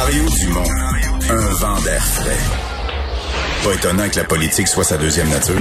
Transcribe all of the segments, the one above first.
Mario Dumont, un vent d'air frais. Pas étonnant que la politique soit sa deuxième nature.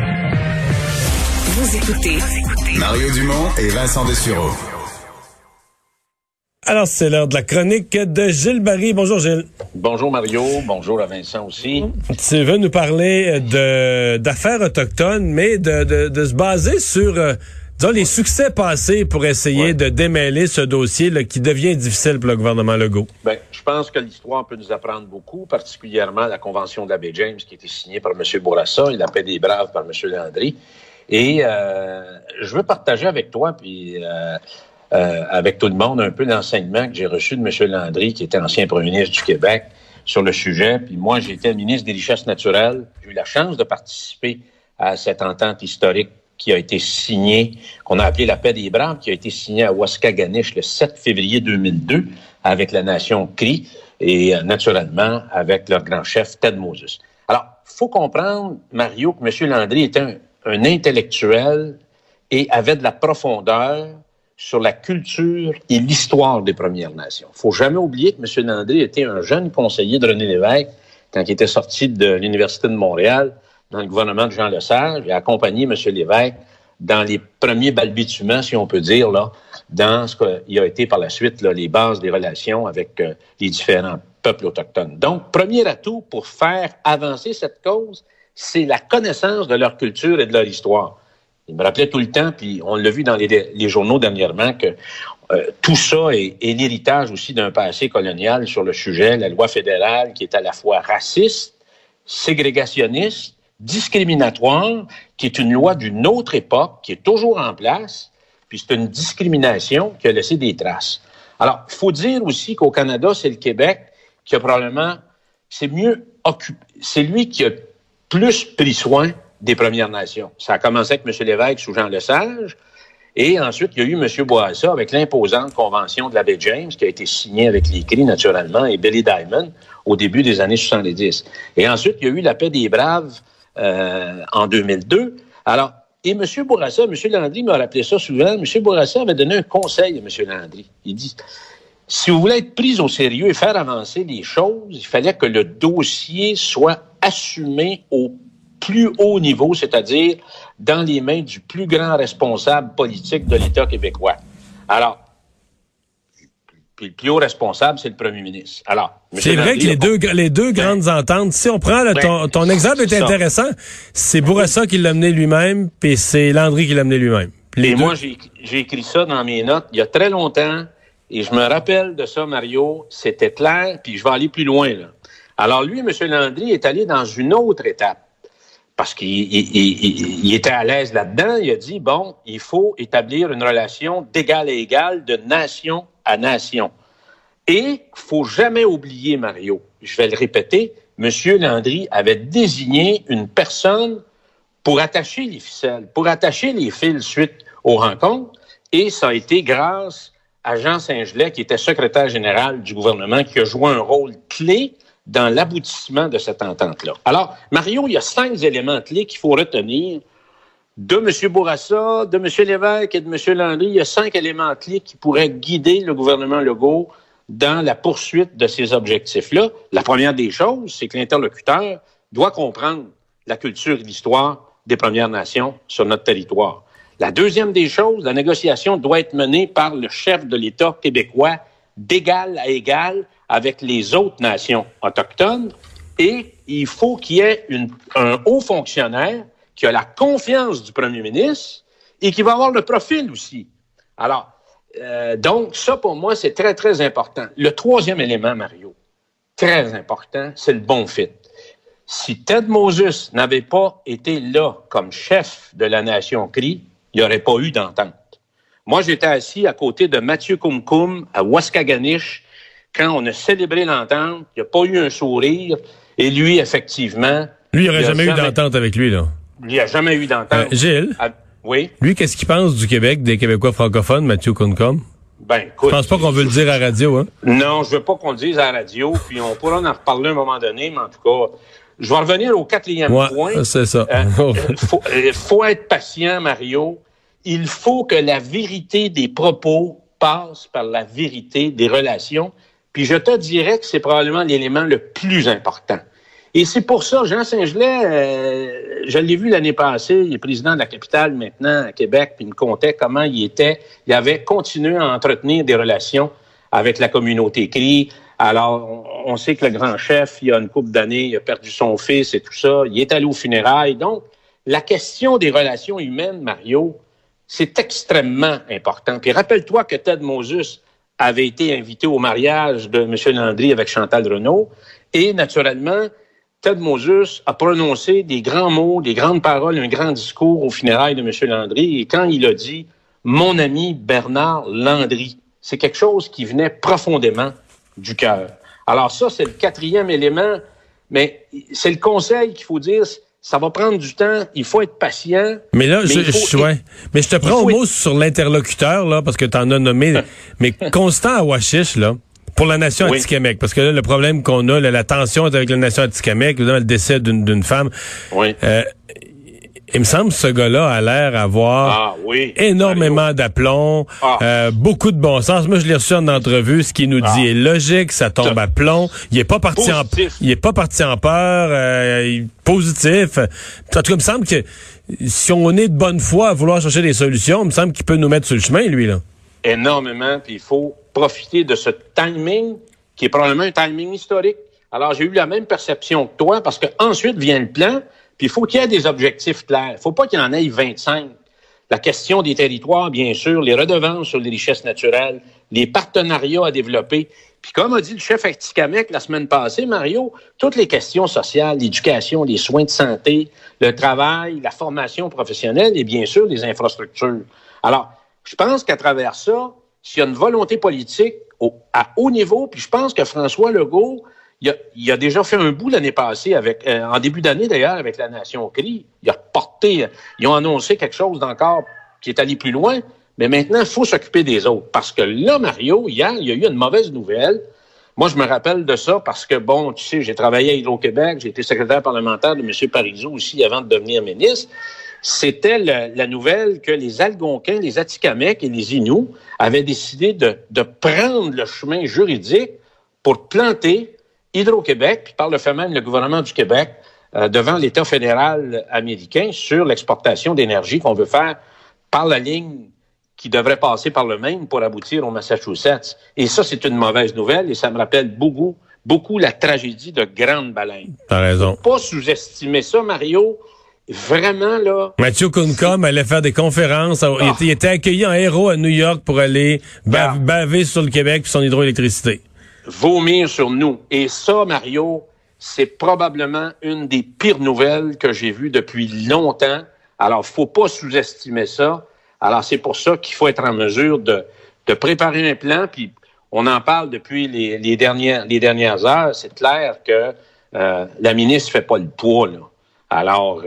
Vous écoutez Mario Dumont et Vincent Dessureau. Alors, c'est l'heure de la chronique de Gilles Barry. Bonjour, Gilles. Bonjour, Mario. Bonjour à Vincent aussi. Tu veux nous parler d'affaires autochtones, mais de se baser sur, disons, les succès passés pour essayer de démêler ce dossier là, qui devient difficile pour le gouvernement Legault. Bien, je pense que l'histoire peut nous apprendre beaucoup, particulièrement la Convention de la baie James qui a été signée par M. Bourassa et la paix des Braves par M. Landry. Et je veux partager avec toi, puis... avec tout le monde, un peu l'enseignement que j'ai reçu de M. Landry, qui était ancien premier ministre du Québec, sur le sujet. Puis moi, j'ai été ministre des Richesses naturelles. J'ai eu la chance de participer à cette entente historique qui a été signée, qu'on a appelée la paix des Braves, qui a été signée à Waskaganish le 7 février 2002 avec la nation Cri et naturellement avec leur grand chef Ted Moses. Alors, il faut comprendre, Mario, que M. Landry était un intellectuel et avait de la profondeur sur la culture et l'histoire des Premières Nations. Il ne faut jamais oublier que M. Landry était un jeune conseiller de René Lévesque quand il était sorti de l'Université de Montréal dans le gouvernement de Jean Lesage et a accompagné M. Lévesque dans les premiers balbutiements, si on peut dire, là, dans ce qui a été par la suite là, les bases des relations avec les différents peuples autochtones. Donc, premier atout pour faire avancer cette cause, c'est la connaissance de leur culture et de leur histoire. Il me rappelait tout le temps, puis on l'a vu dans les journaux dernièrement, que tout ça est l'héritage aussi d'un passé colonial sur le sujet, la loi fédérale qui est à la fois raciste, ségrégationniste, discriminatoire, qui est une loi d'une autre époque, qui est toujours en place, puis c'est une discrimination qui a laissé des traces. Alors, il faut dire aussi qu'au Canada, c'est le Québec qui a probablement, c'est lui qui a plus pris soin des Premières Nations. Ça a commencé avec M. Lévesque sous Jean Lesage, et ensuite, il y a eu M. Bourassa avec l'imposante Convention de la baie James, qui a été signée avec les Cris, naturellement, et Billy Diamond, au début des années 70. Et ensuite, il y a eu la paix des Braves en 2002. Alors, et M. Bourassa, M. Landry m'a rappelé ça souvent, M. Bourassa avait donné un conseil à M. Landry. Il dit, si vous voulez être pris au sérieux et faire avancer les choses, il fallait que le dossier soit assumé au plus haut niveau, c'est-à-dire dans les mains du plus grand responsable politique de l'État québécois. Alors, puis le plus haut responsable, c'est le premier ministre. Alors, c'est vrai que les deux grandes ententes, si on prend ton exemple est intéressant, c'est Bourassa qui l'a mené lui-même, puis c'est Landry qui l'a mené lui-même. Moi, j'ai écrit ça dans mes notes il y a très longtemps, et je me rappelle de ça, Mario, c'était clair, puis je vais aller plus loin, là. Alors lui, M. Landry est allé dans une autre étape. Parce qu'il était à l'aise là-dedans, il a dit, bon, il faut établir une relation d'égal à égal, de nation à nation. Et il faut jamais oublier, Mario, je vais le répéter, M. Landry avait désigné une personne pour attacher les ficelles, pour attacher les fils suite aux rencontres, et ça a été grâce à Jean Saint-Gelais, qui était secrétaire général du gouvernement, qui a joué un rôle clé dans l'aboutissement de cette entente-là. Alors, Mario, il y a 5 éléments clés qu'il faut retenir de M. Bourassa, de M. Lévesque et de M. Landry. Il y a 5 éléments clés qui pourraient guider le gouvernement Legault dans la poursuite de ces objectifs-là. La première des choses, c'est que l'interlocuteur doit comprendre la culture et l'histoire des Premières Nations sur notre territoire. La deuxième des choses, la négociation doit être menée par le chef de l'État québécois d'égal à égal avec les autres nations autochtones, et il faut qu'il y ait un haut fonctionnaire qui a la confiance du premier ministre et qui va avoir le profil aussi. Alors, donc, ça, pour moi, c'est très, très important. Le troisième élément, Mario, très important, c'est le bon fit. Si Ted Moses n'avait pas été là comme chef de la nation Cri, il n'y aurait pas eu d'entente. Moi, j'étais assis à côté de Mathieu Koumkoum à Waskaganish quand on a célébré l'entente. Il n'y a pas eu un sourire. Et lui, effectivement... Lui, il n'y aurait jamais eu d'entente avec lui, là. Il n'y a jamais eu d'entente. Gilles? Oui? Lui, qu'est-ce qu'il pense du Québec, des Québécois francophones, Mathieu Koumkoum? Ben, écoute... Je pense pas qu'on veut le dire à la radio, hein? Non, je veux pas qu'on le dise à la radio, puis on pourra en reparler à un moment donné, mais en tout cas... Je vais revenir au quatrième point. C'est ça. Faut être patient, Mario. Il faut que la vérité des propos passe par la vérité des relations. Puis je te dirais que c'est probablement l'élément le plus important. Et c'est pour ça, Jean Saint-Gelais, je l'ai vu l'année passée, il est président de la capitale maintenant à Québec, puis il me contait comment il avait continué à entretenir des relations avec la communauté CRI. Alors, on sait que le grand chef, il y a une couple d'années, il a perdu son fils et tout ça, il est allé aux funérailles. Donc, la question des relations humaines, Mario, c'est extrêmement important. Puis rappelle-toi que Ted Moses avait été invité au mariage de M. Landry avec Chantal Renault, et naturellement, Ted Moses a prononcé des grands mots, des grandes paroles, un grand discours aux funérailles de M. Landry. Et quand il a dit « Mon ami Bernard Landry », c'est quelque chose qui venait profondément du cœur. Alors ça, c'est le quatrième élément, mais c'est le conseil qu'il faut dire, ça va prendre du temps, il faut être patient. Mais là, mais je te prends au mot sur l'interlocuteur, là, parce que tu en as nommé, mais Constant Awashish, là, pour la nation Atikamekw, parce que là, le problème qu'on a, la tension avec la nation Atikamekw, le décès d'une femme, il me semble que ce gars-là a l'air avoir énormément d'aplomb, beaucoup de bon sens. Moi, je l'ai reçu en entrevue. Ce qu'il nous dit est logique, ça tombe à plomb. Il est pas parti en peur, il est positif. En tout cas, il me semble que si on est de bonne foi à vouloir chercher des solutions, il me semble qu'il peut nous mettre sur le chemin, lui, là. Énormément, puis il faut profiter de ce timing qui est probablement un timing historique. Alors, j'ai eu la même perception que toi, parce que ensuite vient le plan, puis il faut qu'il y ait des objectifs clairs. Il ne faut pas qu'il y en ait 25. La question des territoires, bien sûr, les redevances sur les richesses naturelles, les partenariats à développer. Puis comme a dit le chef Atikamekw la semaine passée, Mario, toutes les questions sociales, l'éducation, les soins de santé, le travail, la formation professionnelle et bien sûr les infrastructures. Alors, je pense qu'à travers ça, s'il y a une volonté politique à haut niveau, puis je pense que François Legault, il a déjà fait un bout l'année passée, en début d'année d'ailleurs, avec la Nation CRI. Ils ont annoncé quelque chose d'encore qui est allé plus loin, mais maintenant, il faut s'occuper des autres. Parce que là, Mario, hier, il y a eu une mauvaise nouvelle. Moi, je me rappelle de ça parce que, bon, tu sais, j'ai travaillé à Hydro-Québec, j'ai été secrétaire parlementaire de M. Parizeau aussi avant de devenir ministre. C'était la nouvelle que les Algonquins, les Atikamekw et les Inuits avaient décidé de prendre le chemin juridique pour planter Hydro-Québec, puis par le fait même le gouvernement du Québec, devant l'État fédéral américain sur l'exportation d'énergie qu'on veut faire par la ligne qui devrait passer par le Maine pour aboutir au Massachusetts. Et ça, c'est une mauvaise nouvelle et ça me rappelle beaucoup la tragédie de Grande Baleine. T'as raison. Faut pas sous-estimer ça, Mario. Vraiment, là... Mathieu Kunkam allait faire des conférences. Il était accueilli en héros à New York pour aller baver sur le Québec et son hydroélectricité. Vomir sur nous. Et ça, Mario, c'est probablement une des pires nouvelles que j'ai vues depuis longtemps. Alors, faut pas sous-estimer ça. Alors, c'est pour ça qu'il faut être en mesure de préparer un plan. Puis, on en parle depuis les dernières heures. C'est clair que la ministre fait pas le poids, là. Alors,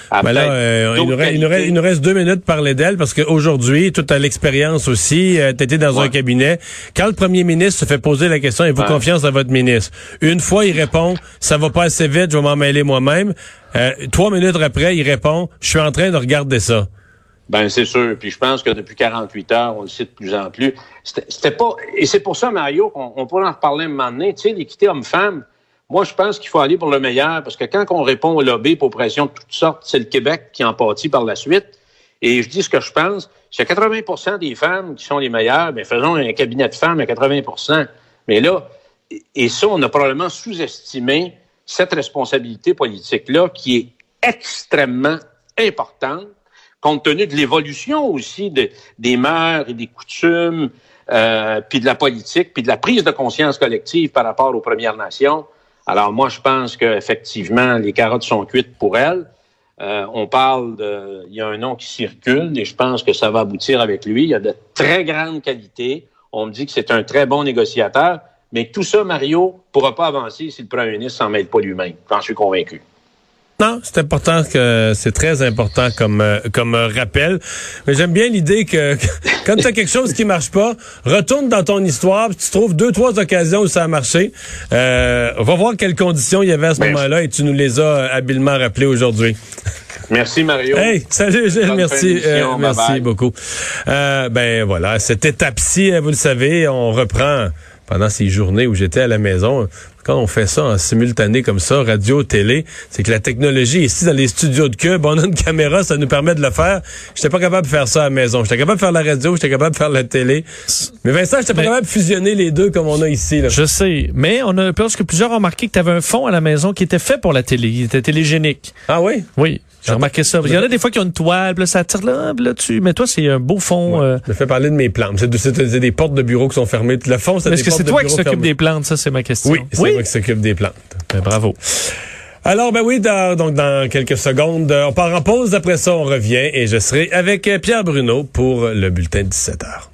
il nous reste 2 minutes pour parler d'elle parce qu'aujourd'hui, tu as l'expérience aussi, tu étais dans un cabinet. Quand le premier ministre se fait poser la question, avez-vous confiance dans votre ministre? Une fois, il répond, ça va pas assez vite, je vais m'en mêler moi-même. 3 minutes après, il répond, je suis en train de regarder ça. Ben, c'est sûr. Puis je pense que depuis 48 heures, on le sait de plus en plus. C'était pas, et c'est pour ça, Mario, qu'on pourrait en reparler un moment donné. Tu sais, l'équité homme-femme, moi, je pense qu'il faut aller pour le meilleur parce que quand on répond au lobby pour pression de toutes sortes, c'est le Québec qui en pâtit par la suite. Et je dis ce que je pense. Si 80% des femmes qui sont les meilleures, bien, faisons un cabinet de femmes à 80%. Mais là, et ça, on a probablement sous-estimé cette responsabilité politique-là qui est extrêmement importante compte tenu de l'évolution aussi des mœurs et des coutumes, puis de la politique, puis de la prise de conscience collective par rapport aux Premières Nations. Alors moi, je pense qu'effectivement, les carottes sont cuites pour elles. On parle il y a un nom qui circule et je pense que ça va aboutir avec lui. Il y a de très grandes qualités. On me dit que c'est un très bon négociateur. Mais tout ça, Mario, pourra pas avancer si le premier ministre s'en mêle pas lui-même. J'en suis convaincu. Non, c'est important c'est très important comme rappel. Mais j'aime bien l'idée que quand tu as quelque chose qui marche pas, retourne dans ton histoire, puis tu trouves 2-3 occasions où ça a marché. Va voir quelles conditions il y avait à ce moment-là et tu nous les as habilement rappelées aujourd'hui. Merci Mario. Hey, salut Gilles, merci beaucoup. Ben voilà, cette étape-ci, vous le savez, on reprend pendant ces journées où j'étais à la maison. Quand on fait ça en simultané comme ça, radio, télé, c'est que la technologie ici dans les studios de Cube, on a une caméra, ça nous permet de le faire. J'étais pas capable de faire ça à la maison. J'étais capable de faire la radio, j'étais capable de faire la télé. Mais Vincent, j'étais pas capable de fusionner les deux comme on a ici, là. Je sais, mais on a parce que plusieurs ont remarqué que tu avais un fond à la maison qui était fait pour la télé. Il était télégénique. Ah oui? Oui. J'ai remarqué ça. Il y en a des fois qui ont une toile, puis là, ça tire là dessus. Mais toi, c'est un beau fond. Ouais. Je me fais parler de mes plantes. C'est des portes de bureau qui sont fermées. Le fond, c'est des portes de bureau. Est-ce que c'est toi qui s'occupe des plantes? Ça, c'est ma question. Oui, c'est moi qui s'occupe des plantes. Ben, bravo. Alors, ben oui, dans quelques secondes, on part en pause. Après ça, on revient et je serai avec Pierre Bruno pour le bulletin de 17h.